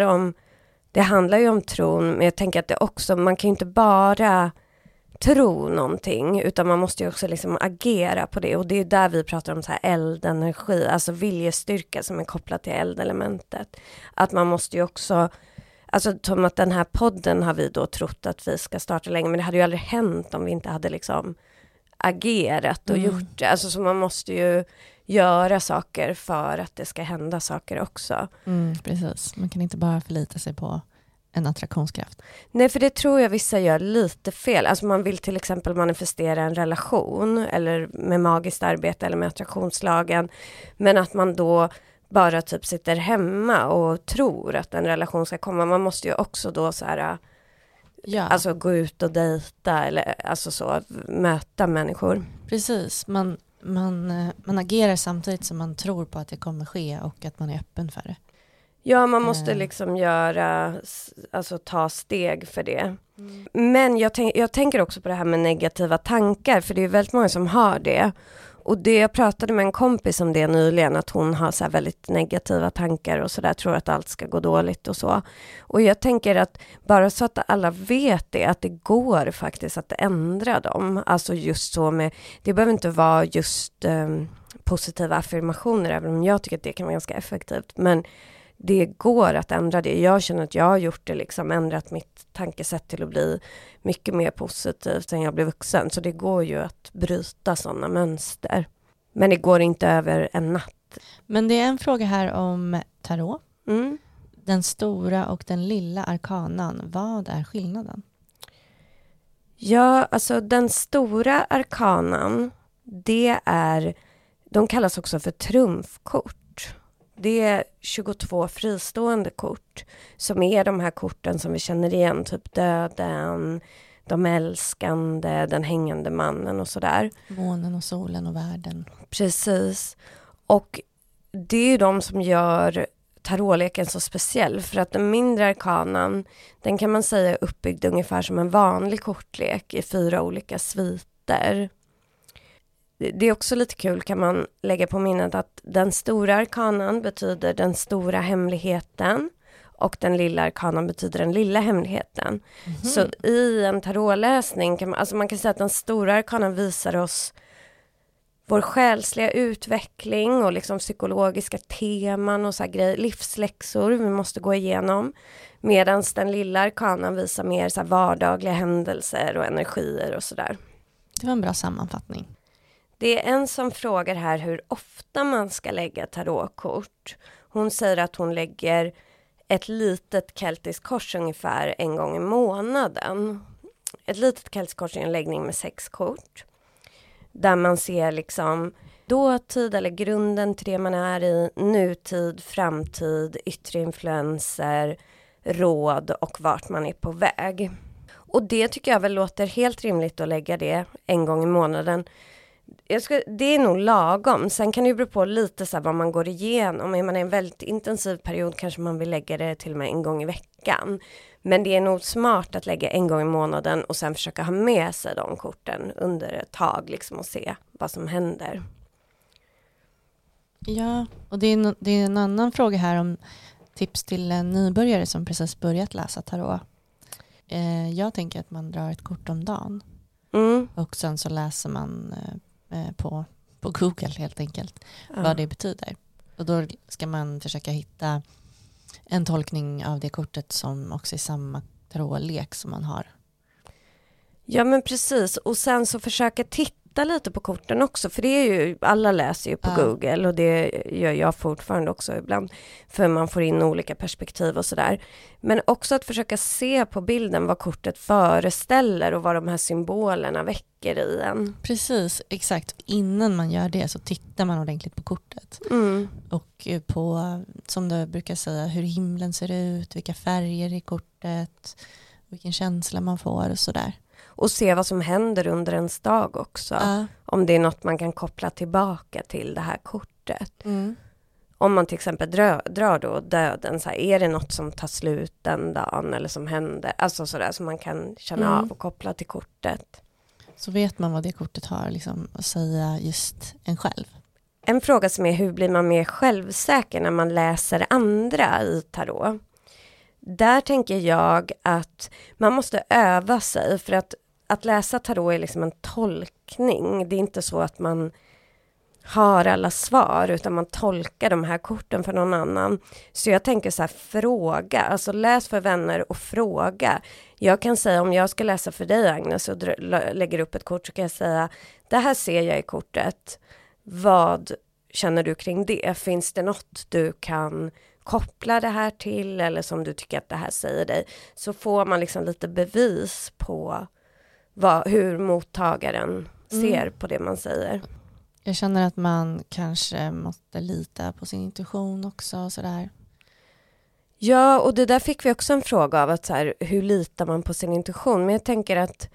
Speaker 1: handlar ju om tron, men jag tänker att det också, man kan ju inte bara tro någonting, utan man måste ju också liksom agera på det. Och det är där vi pratar om så här eldenergi, alltså viljestyrka som är kopplat till eldelementet. Att man måste ju också, alltså som att den här podden har vi då trott att vi ska starta länge, men det hade ju aldrig hänt om vi inte hade liksom agerat och gjort det. Alltså så man måste ju göra saker för att det ska hända saker också.
Speaker 2: Precis, man kan inte bara förlita sig på en attraktionskraft.
Speaker 1: Nej, för det tror jag vissa gör lite fel. Alltså man vill till exempel manifestera en relation eller med magiskt arbete eller med attraktionslagen, men att man då bara typ sitter hemma och tror att en relation ska komma. Man måste ju också då så här alltså gå ut och dejta eller alltså så möta människor.
Speaker 2: Precis, man agerar samtidigt som man tror på att det kommer ske och att man är öppen för det.
Speaker 1: Ja, man måste liksom ta steg för det. Men jag tänker också på det här med negativa tankar, för det är väldigt många som har det. Och jag pratade med en kompis om det nyligen, att hon har så här väldigt negativa tankar och sådär, tror att allt ska gå dåligt och så. Och jag tänker att bara så att alla vet det, att det går faktiskt att ändra dem. Alltså just så med, det behöver inte vara just positiva affirmationer, även om jag tycker att det kan vara ganska effektivt. Men det går att ändra det. Jag känner att jag har gjort det, liksom ändrat mitt tankesätt till att bli mycket mer positivt sen jag blev vuxen. Så det går ju att bryta sådana mönster. Men det går inte över en natt.
Speaker 2: Men det är en fråga här om tarot. Den stora och den lilla arkanan. Vad är skillnaden?
Speaker 1: Ja, alltså den stora arkanan, de kallas också för trumfkort. Det är 22 fristående kort som är de här korten som vi känner igen, typ döden, de älskande, den hängande mannen och sådär.
Speaker 2: Månen och solen och världen.
Speaker 1: Precis. Och det är ju de som gör tarotleken så speciell, för att den mindre arkanan, den kan man säga är uppbyggd ungefär som en vanlig kortlek i 4 olika sviter. Det är också lite kul, kan man lägga på minnet, att den stora arkanan betyder den stora hemligheten och den lilla arkanan betyder den lilla hemligheten. Så i en tarotläsning kan man kan säga att den stora arkanan visar oss vår själsliga utveckling och liksom psykologiska teman och så här grejer, livsläxor vi måste gå igenom. Medan den lilla arkanan visar mer så här vardagliga händelser och energier och sådär.
Speaker 2: Det var en bra sammanfattning.
Speaker 1: Det är en som frågar här hur ofta man ska lägga tarotkort. Hon säger att hon lägger ett litet keltiskt kors ungefär en gång i månaden. Ett litet keltiskt kors är en läggning med 6 kort. Där man ser liksom dåtid eller grunden till det man är i, nutid, framtid, yttre influenser, råd och vart man är på väg. Och det tycker jag väl låter helt rimligt att lägga det en gång i månaden. Det är nog lagom. Sen kan det ju bero på lite så här vad man går igenom. Är man i en väldigt intensiv period kanske man vill lägga det till och med en gång i veckan. Men det är nog smart att lägga en gång i månaden och sen försöka ha med sig de korten under ett tag liksom och se vad som händer.
Speaker 2: Ja, och det är en annan fråga här om tips till en nybörjare som precis börjat läsa tarot. Jag tänker att man drar ett kort om dagen. Och sen så läser man på Google helt enkelt vad det betyder. Och då ska man försöka hitta en tolkning av det kortet som också är samma tarotlek som man har. Ja, men precis. Och sen så försöka titta lite på korten också. För det är ju, alla läser ju på Google och det gör jag fortfarande också ibland. För man får in olika perspektiv och sådär. Men också att försöka se på bilden vad kortet föreställer och vad de här symbolerna väcker i en. Precis, exakt. Innan man gör det så tittar man ordentligt på kortet. Och på, som du brukar säga, hur himlen ser ut, vilka färger i kortet, vilken känsla man får och sådär. Och se vad som händer under ens dag också. Om det är något man kan koppla tillbaka till det här kortet. Om man till exempel drar då döden, så här, är det något som tar slut den dagen eller som händer? Alltså sådär som man kan känna av och koppla till kortet. Så vet man vad det kortet har liksom, att säga just en själv. En fråga som är hur blir man mer självsäker när man läser andra i tarot? Där tänker jag att man måste öva sig, för att läsa tarot är liksom en tolkning. Det är inte så att man har alla svar utan man tolkar de här korten för någon annan. Så jag tänker så här, fråga, alltså läs för vänner och fråga. Jag kan säga, om jag ska läsa för dig Agnes och lägger upp ett kort, så kan jag säga, det här ser jag i kortet. Vad känner du kring det? Finns det något du kan koppla det här till eller som du tycker att det här säger dig? Så får man liksom lite bevis på hur mottagaren ser på det man säger. Jag känner att man kanske måste lita på sin intuition också och sådär. Ja, och det där fick vi också en fråga av, att så här, hur litar man på sin intuition? Men jag tänker att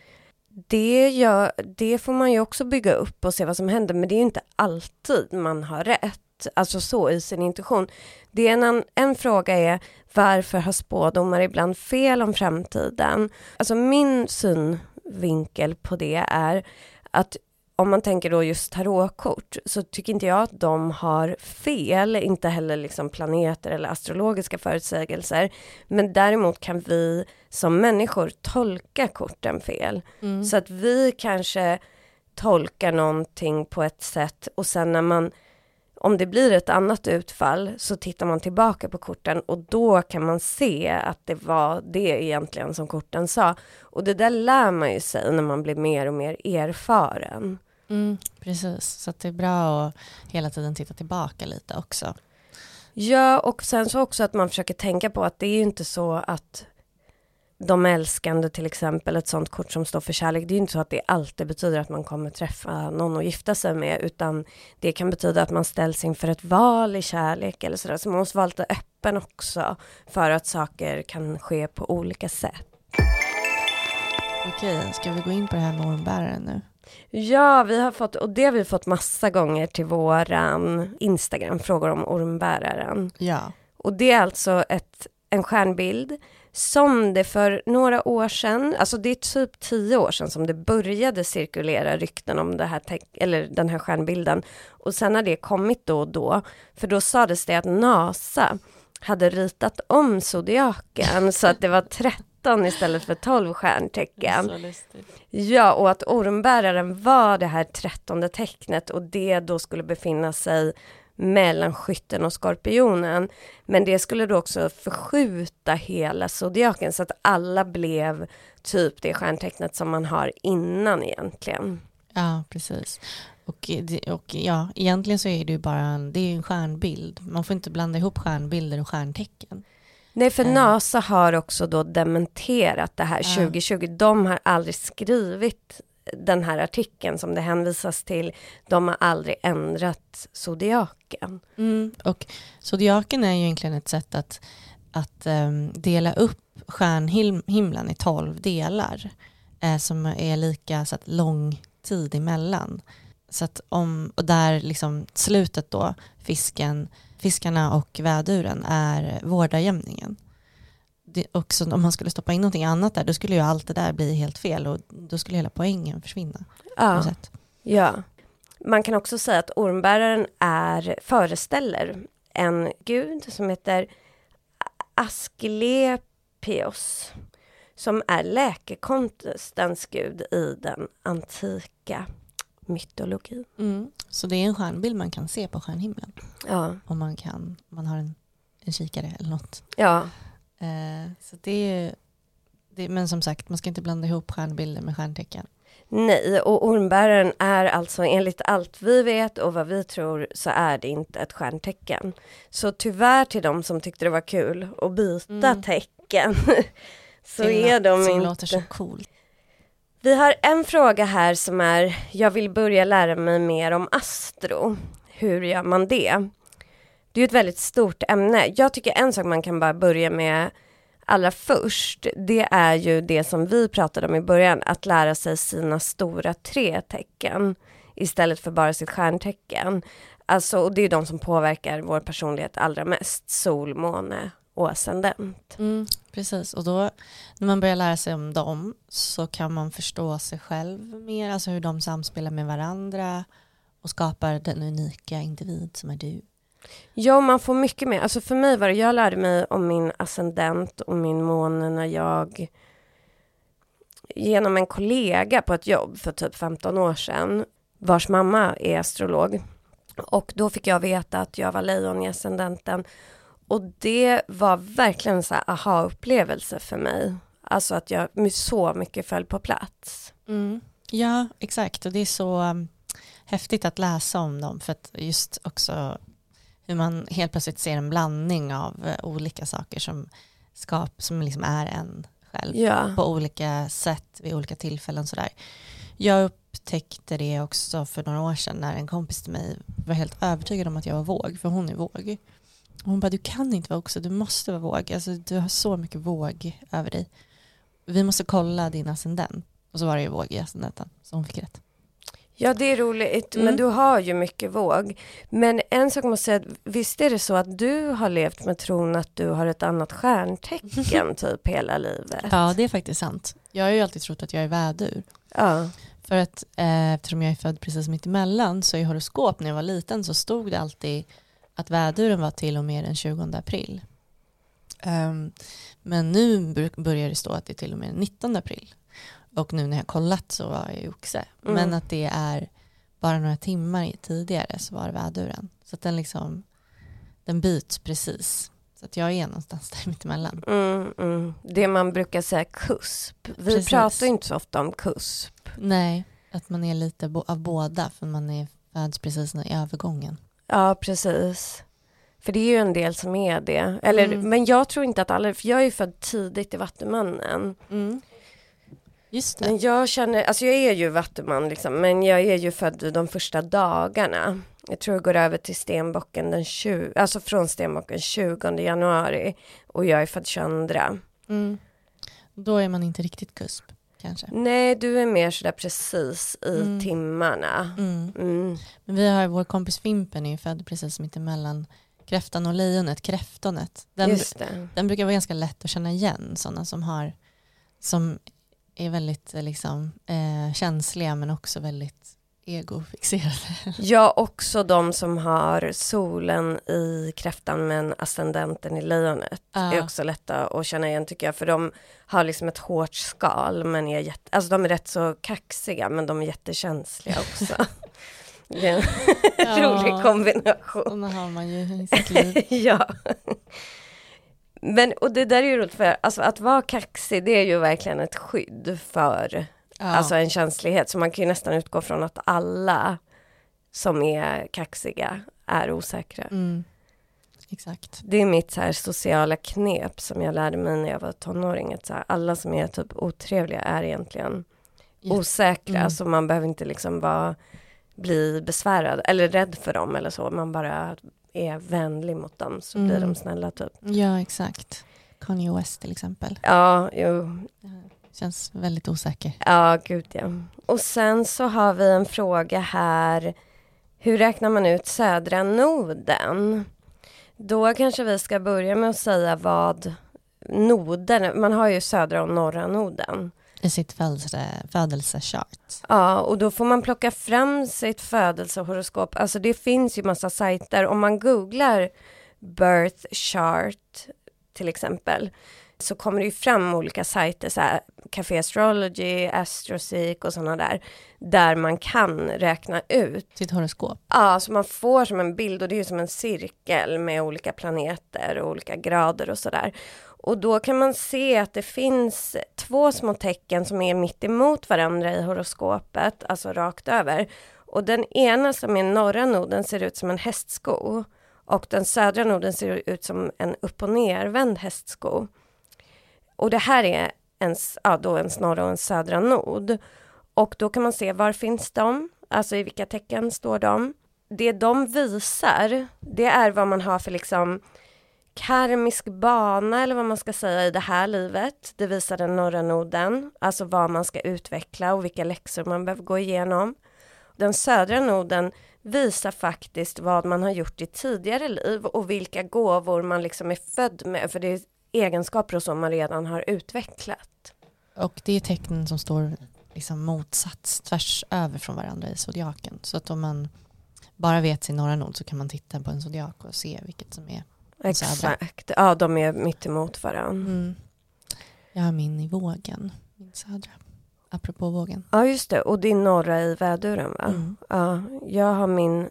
Speaker 2: det får man ju också bygga upp och se vad som händer, men det är ju inte alltid man har rätt. Alltså så i sin intuition. Det är en fråga är, varför har spådomar ibland fel om framtiden? Alltså min synvinkel på det är att om man tänker då just tarotkort, så tycker inte jag att de har fel, inte heller liksom planeter eller astrologiska förutsägelser. Men däremot kan vi som människor tolka korten fel. Så att vi kanske tolkar någonting på ett sätt och sen när om det blir ett annat utfall så tittar man tillbaka på korten och då kan man se att det var det egentligen som korten sa. Och det där lär man ju sig när man blir mer och mer erfaren. Precis, så att det är bra att hela tiden titta tillbaka lite också. Ja, och sen så också att man försöker tänka på att det är ju inte så att de älskande till exempel, ett sånt kort som står för kärlek, det är ju inte så att det alltid betyder att man kommer träffa någon och gifta sig med, utan det kan betyda att man ställs inför ett val i kärlek eller sådär. Så man måste vara lite öppen också för att saker kan ske på olika sätt. Okej, ska vi gå in på det här med ormbäraren nu? Ja, vi har fått massa gånger till våran Instagram, frågor om ormbäraren. Ja.
Speaker 1: Och det är alltså en stjärnbild som det för några år sedan, alltså det är typ 10 år sedan som det började cirkulera rykten om det här eller den här stjärnbilden. Och sen har det kommit då och då, för då sades det att NASA hade ritat om zodiaken så att det var 13 istället för 12 stjärntecken.
Speaker 2: Så lustigt.
Speaker 1: Ja, och att ormbäraren var det här 13:e tecknet och det då skulle befinna sig mellan Skytten och Skorpionen. Men det skulle då också förskjuta hela zodiaken så att alla blev typ det stjärntecknet som man har innan egentligen.
Speaker 2: Ja, precis. Och ja, egentligen så är det ju bara det är en stjärnbild. Man får inte blanda ihop stjärnbilder och stjärntecken.
Speaker 1: Nej, för NASA har också då dementerat det här 2020. De har aldrig skrivit den här artikeln som det hänvisas till. De har aldrig ändrat zodiaken.
Speaker 2: Och zodiaken är ju egentligen ett sätt att dela upp stjärnhimlen i 12 delar som är lika så att lång tid emellan. Så att och där liksom slutet då, fiskarna och väduren är vårdarjämningen. Och så om man skulle stoppa in någonting annat där, då skulle ju allt det där bli helt fel och då skulle hela poängen försvinna.
Speaker 1: Ja. Man kan också säga att ormbäraren föreställer en gud som heter Asklepios, som är läkekonstens gud i den antika mytologin.
Speaker 2: Så det är en stjärnbild man kan se på stjärnhimlen.
Speaker 1: Ja.
Speaker 2: Om man har en kikare eller något.
Speaker 1: Ja.
Speaker 2: Så men som sagt, man ska inte blanda ihop stjärnbilder med stjärntecken.
Speaker 1: Nej, och ormbäraren är alltså enligt allt vi vet och vad vi tror så är det inte ett stjärntecken. Så tyvärr till de som tyckte det var kul att byta tecken så är de
Speaker 2: som
Speaker 1: inte...
Speaker 2: låter så coolt.
Speaker 1: Vi har en fråga här som är, jag vill börja lära mig mer om astro. Hur gör man det? Det är ett väldigt stort ämne. Jag tycker en sak man kan bara börja med allra först, det är ju det som vi pratade om i början, att lära sig sina stora 3 tecken istället för bara sitt stjärntecken. Alltså, och det är de som påverkar vår personlighet allra mest, sol, måne och ascendent.
Speaker 2: Precis, och då när man börjar lära sig om dem så kan man förstå sig själv mer, alltså hur de samspelar med varandra och skapar den unika individ som är du.
Speaker 1: Ja, man får mycket mer. Alltså för mig var det, jag lärde mig om min ascendent och min måne när jag genom en kollega på ett jobb för typ 15 år sedan, vars mamma är astrolog. Och då fick jag veta att jag var lejon i ascendenten. Och det var verkligen en så här aha-upplevelse för mig. Alltså att jag så mycket föll på plats.
Speaker 2: Ja, exakt. Och det är så häftigt att läsa om dem. För att just också hur man helt plötsligt ser en blandning av olika saker som liksom är en själv på olika sätt vid olika tillfällen. Sådär. Jag upptäckte det också för några år sedan när en kompis till mig var helt övertygad om att jag var våg, för hon är våg. Hon bara, du kan inte vara också, du måste vara våg. Alltså, du har så mycket våg över dig. Vi måste kolla din ascendent. Och så var det ju våg i ascendenten, så hon fick rätt.
Speaker 1: Ja, det är roligt, men du har ju mycket våg. Men en sak måste jag säga, visst är det så att du har levt med tron att du har ett annat stjärntecken typ hela livet?
Speaker 2: Ja, det är faktiskt sant. Jag har ju alltid trott att jag är vädur.
Speaker 1: Ja.
Speaker 2: För att eftersom jag är född precis mitt emellan så i horoskop när jag var liten så stod det alltid att väduren var till och med den 20 april. Men nu börjar det stå att det är till och med den 19 april. Och nu när jag kollat så var jag i oxe. Men att det är bara några timmar tidigare så var det väduren. Så att den byts precis. Så att jag är någonstans där mittemellan.
Speaker 1: Det man brukar säga kusp. Vi pratar inte så ofta om kusp.
Speaker 2: Nej, att man är lite av båda. För man föds precis i övergången.
Speaker 1: Ja, precis. För det är ju en del som är det. Men jag tror inte att alla, för jag är ju född tidigt i Vattumannen.
Speaker 2: Just det.
Speaker 1: Men jag känner, alltså jag är ju vattuman liksom, men jag är ju född de första dagarna. Jag tror jag går över till Stenbocken alltså från Stenbocken 20 januari och jag är född 22.
Speaker 2: Då är man inte riktigt kusp kanske.
Speaker 1: Nej, du är mer sådär precis i timmarna.
Speaker 2: Men vi har vår kompis Fimpen är ju född precis mitt emellan kräftan och lejonet, kräftonet. Den brukar vara ganska lätt att känna igen. Sådana som är väldigt liksom, känsliga men också väldigt egofixerade.
Speaker 1: Ja, också de som har solen i kräftan men ascendenten i lejonet är också lätta att känna igen tycker jag. För de har liksom ett hårt skal men alltså de är rätt så kaxiga men de är jättekänsliga också. Det är en rolig kombination.
Speaker 2: Sådana har man ju i sitt liv.
Speaker 1: Ja. Men, och det där är ju roligt för alltså, att vara kaxig det är ju verkligen ett skydd för alltså en känslighet. Så man kan ju nästan utgå från att alla som är kaxiga är osäkra.
Speaker 2: Exakt.
Speaker 1: Det är mitt så här sociala knep som jag lärde mig när jag var tonåring. Att så här, alla som är typ otrevliga är egentligen osäkra. Så man behöver inte liksom bli besvärad eller rädd för dem eller så. Man bara är vänlig mot dem så blir de snälla typ.
Speaker 2: Ja, exakt. Kanye West till exempel.
Speaker 1: Ja, jo.
Speaker 2: Känns väldigt osäker.
Speaker 1: Ja, gud ja. Och sen så har vi en fråga här. Hur räknar man ut södra noden? Då kanske vi ska börja med att säga vad noden... Man har ju södra och norra noden.
Speaker 2: I sitt födelsechart.
Speaker 1: Ja, och då får man plocka fram sitt födelsehoroskop. Alltså det finns ju massa sajter. Om man googlar birth chart till exempel så kommer det ju fram olika sajter, så här Café Astrology, Astroseek och sådana där man kan räkna ut
Speaker 2: sitt horoskop.
Speaker 1: Ja, så man får som en bild och det är ju som en cirkel med olika planeter och olika grader och sådär. Och då kan man se att det finns 2 små tecken som är mitt emot varandra i horoskopet, alltså rakt över. Och den ena som är norra noden ser ut som en hästsko och den södra noden ser ut som en upp- och nervänd hästsko. Och det här är ens norra och en södra nod. Och då kan man se var finns de, alltså i vilka tecken står de. Det de visar, det är vad man har för liksom karmisk bana eller vad man ska säga i det här livet. Det visar den norra noden, alltså vad man ska utveckla och vilka läxor man behöver gå igenom. Den södra noden visar faktiskt vad man har gjort i tidigare liv och vilka gåvor man liksom är född med, för det är egenskaper som man redan har utvecklat.
Speaker 2: Och det är tecknen som står liksom motsats tvärs över från varandra i zodiaken. Så att om man bara vet sin norra nod så kan man titta på en zodiak och se vilket som är
Speaker 1: exakt. Ja, de är mitt emot varandra.
Speaker 2: Jag har min i vågen, min södra. Apropå vågen.
Speaker 1: Ja, just det. Och din norra i väduren, va? Ja, jag har min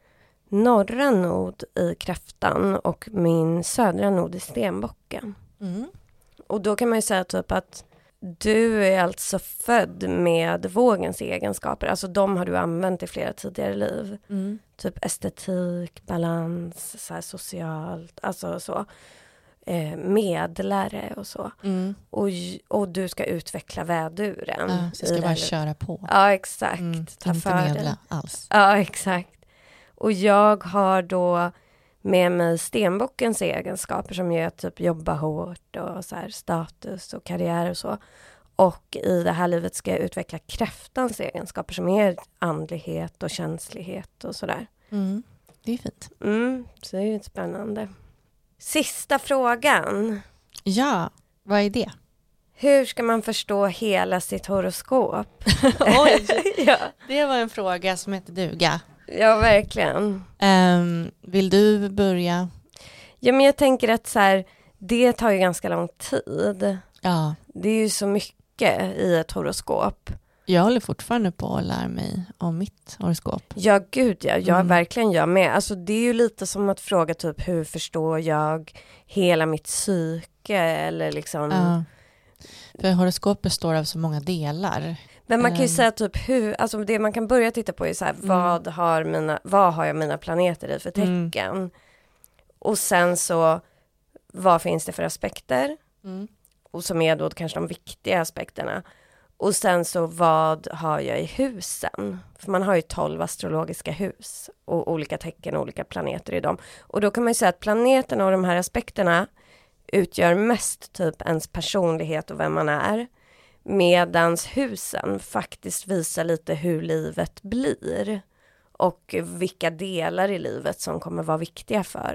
Speaker 1: norra nod i kräftan och min södra nod i stenbocken. Och då kan man ju säga typ att du är alltså född med vågens egenskaper. Alltså de har du använt i flera tidigare liv. Typ estetik, balans, så här socialt, alltså så. Medlare och så. Och du ska utveckla väduren.
Speaker 2: Ja, så jag ska bara köra på.
Speaker 1: Ja, exakt.
Speaker 2: Ta inte medla alls.
Speaker 1: Ja, exakt. Och jag har då med mig stenbockens egenskaper som gör att typ jobba hårt och så här status och karriär och så. Och i det här livet ska jag utveckla kräftans egenskaper som är andlighet och känslighet och sådär.
Speaker 2: Det är fint.
Speaker 1: Så det är ju spännande. Sista frågan.
Speaker 2: Ja, vad är det?
Speaker 1: Hur ska man förstå hela sitt horoskop?
Speaker 2: Oj, ja. Det var en fråga som heter duga.
Speaker 1: Ja, verkligen.
Speaker 2: Vill du börja?
Speaker 1: Ja, men jag tänker att så här, det tar ju ganska lång tid.
Speaker 2: Ja.
Speaker 1: Det är ju så mycket i ett horoskop.
Speaker 2: Jag håller fortfarande på att lära mig om mitt horoskop.
Speaker 1: Ja, gud ja. Verkligen jag med. Alltså det är ju lite som att fråga typ hur förstår jag hela mitt psyke eller liksom...
Speaker 2: Ja. För horoskop består av så många delar.
Speaker 1: Men man kan ju säga typ hur, alltså det man kan börja titta på är så här, vad har jag mina planeter i för tecken? Och sen så, vad finns det för aspekter? Och som är då kanske de viktiga aspekterna. Och sen så, vad har jag i husen? För man har ju 12 astrologiska hus och olika tecken och olika planeter i dem. Och då kan man ju säga att planeterna och de här aspekterna utgör mest typ ens personlighet och vem man är. Medans husen faktiskt visar lite hur livet blir. Och vilka delar i livet som kommer vara viktiga för en.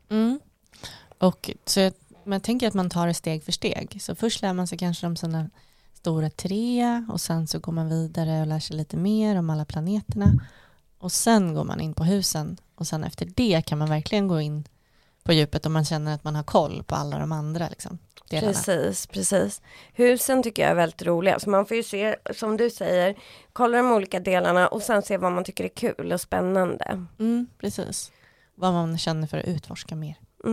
Speaker 2: Och så man tänker att man tar det steg för steg. Så först lär man sig kanske om sådana stora 3 och sen så går man vidare och lär sig lite mer om alla planeterna. Och sen går man in på husen och sen efter det kan man verkligen gå in på djupet om man känner att man har koll på alla de andra liksom, delarna.
Speaker 1: Precis. Husen tycker jag är väldigt roliga. Så man får ju se, som du säger, kolla de olika delarna och sen se vad man tycker är kul och spännande.
Speaker 2: Precis. Vad man känner för att utforska mer.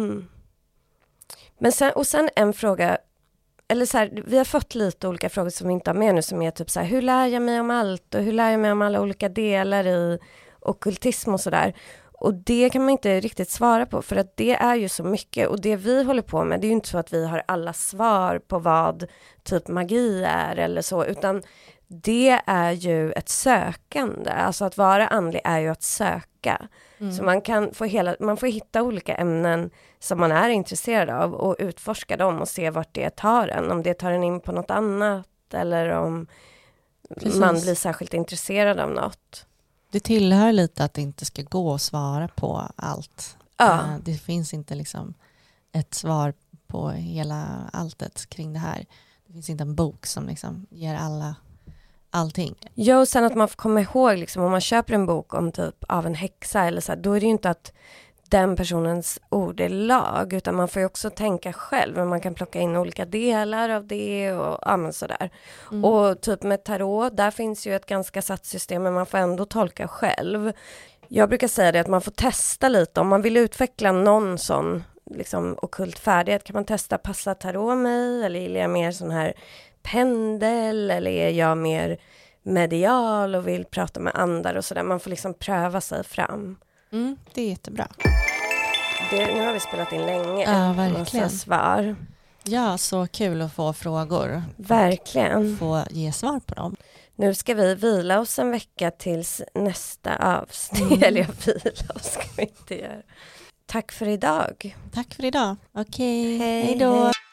Speaker 1: Men sen en fråga, eller så här, vi har fått lite olika frågor som vi inte har med nu, som är typ så här, hur lär jag mig om allt och hur lär jag mig om alla olika delar i ockultism och sådär. Och det kan man inte riktigt svara på, för att det är ju så mycket, och det vi håller på med, det är ju inte så att vi har alla svar på vad typ magi är eller så, utan det är ju ett sökande. Alltså att vara andlig är ju att söka. Så man får hitta olika ämnen som man är intresserad av och utforska dem och se vart det tar en. Om det tar en in på något annat eller om man blir särskilt intresserad av något.
Speaker 2: Det tillhör lite att det inte ska gå att svara på allt.
Speaker 1: Ja.
Speaker 2: Det finns inte liksom ett svar på hela alltet kring det här. Det finns inte en bok som liksom ger allting.
Speaker 1: Ja, och sen att man får komma ihåg liksom, om man köper en bok om typ av en häxa eller så här, då är det ju inte att den personens ord är lag, utan man får ju också tänka själv, men man kan plocka in olika delar av det och men sådär. Och typ med tarot, där finns ju ett ganska satt system, men man får ändå tolka själv. Jag brukar säga det att man får testa lite, om man vill utveckla någon sån liksom ockult färdighet, kan man testa, passa tarot mig, eller gillar jag mer sån här pendel, eller är jag mer medial och vill prata med andar och sådär. Man får liksom pröva sig fram.
Speaker 2: Det är jättebra.
Speaker 1: Nu har vi spelat in länge.
Speaker 2: Ja, verkligen.
Speaker 1: Svar.
Speaker 2: Ja, så kul att få frågor.
Speaker 1: Verkligen.
Speaker 2: Få ge svar på dem.
Speaker 1: Nu ska vi vila oss en vecka tills nästa avsnitt. Eller vila oss ska vi inte göra. Tack för idag.
Speaker 2: Tack för idag. Okej,
Speaker 1: hej
Speaker 2: hej då.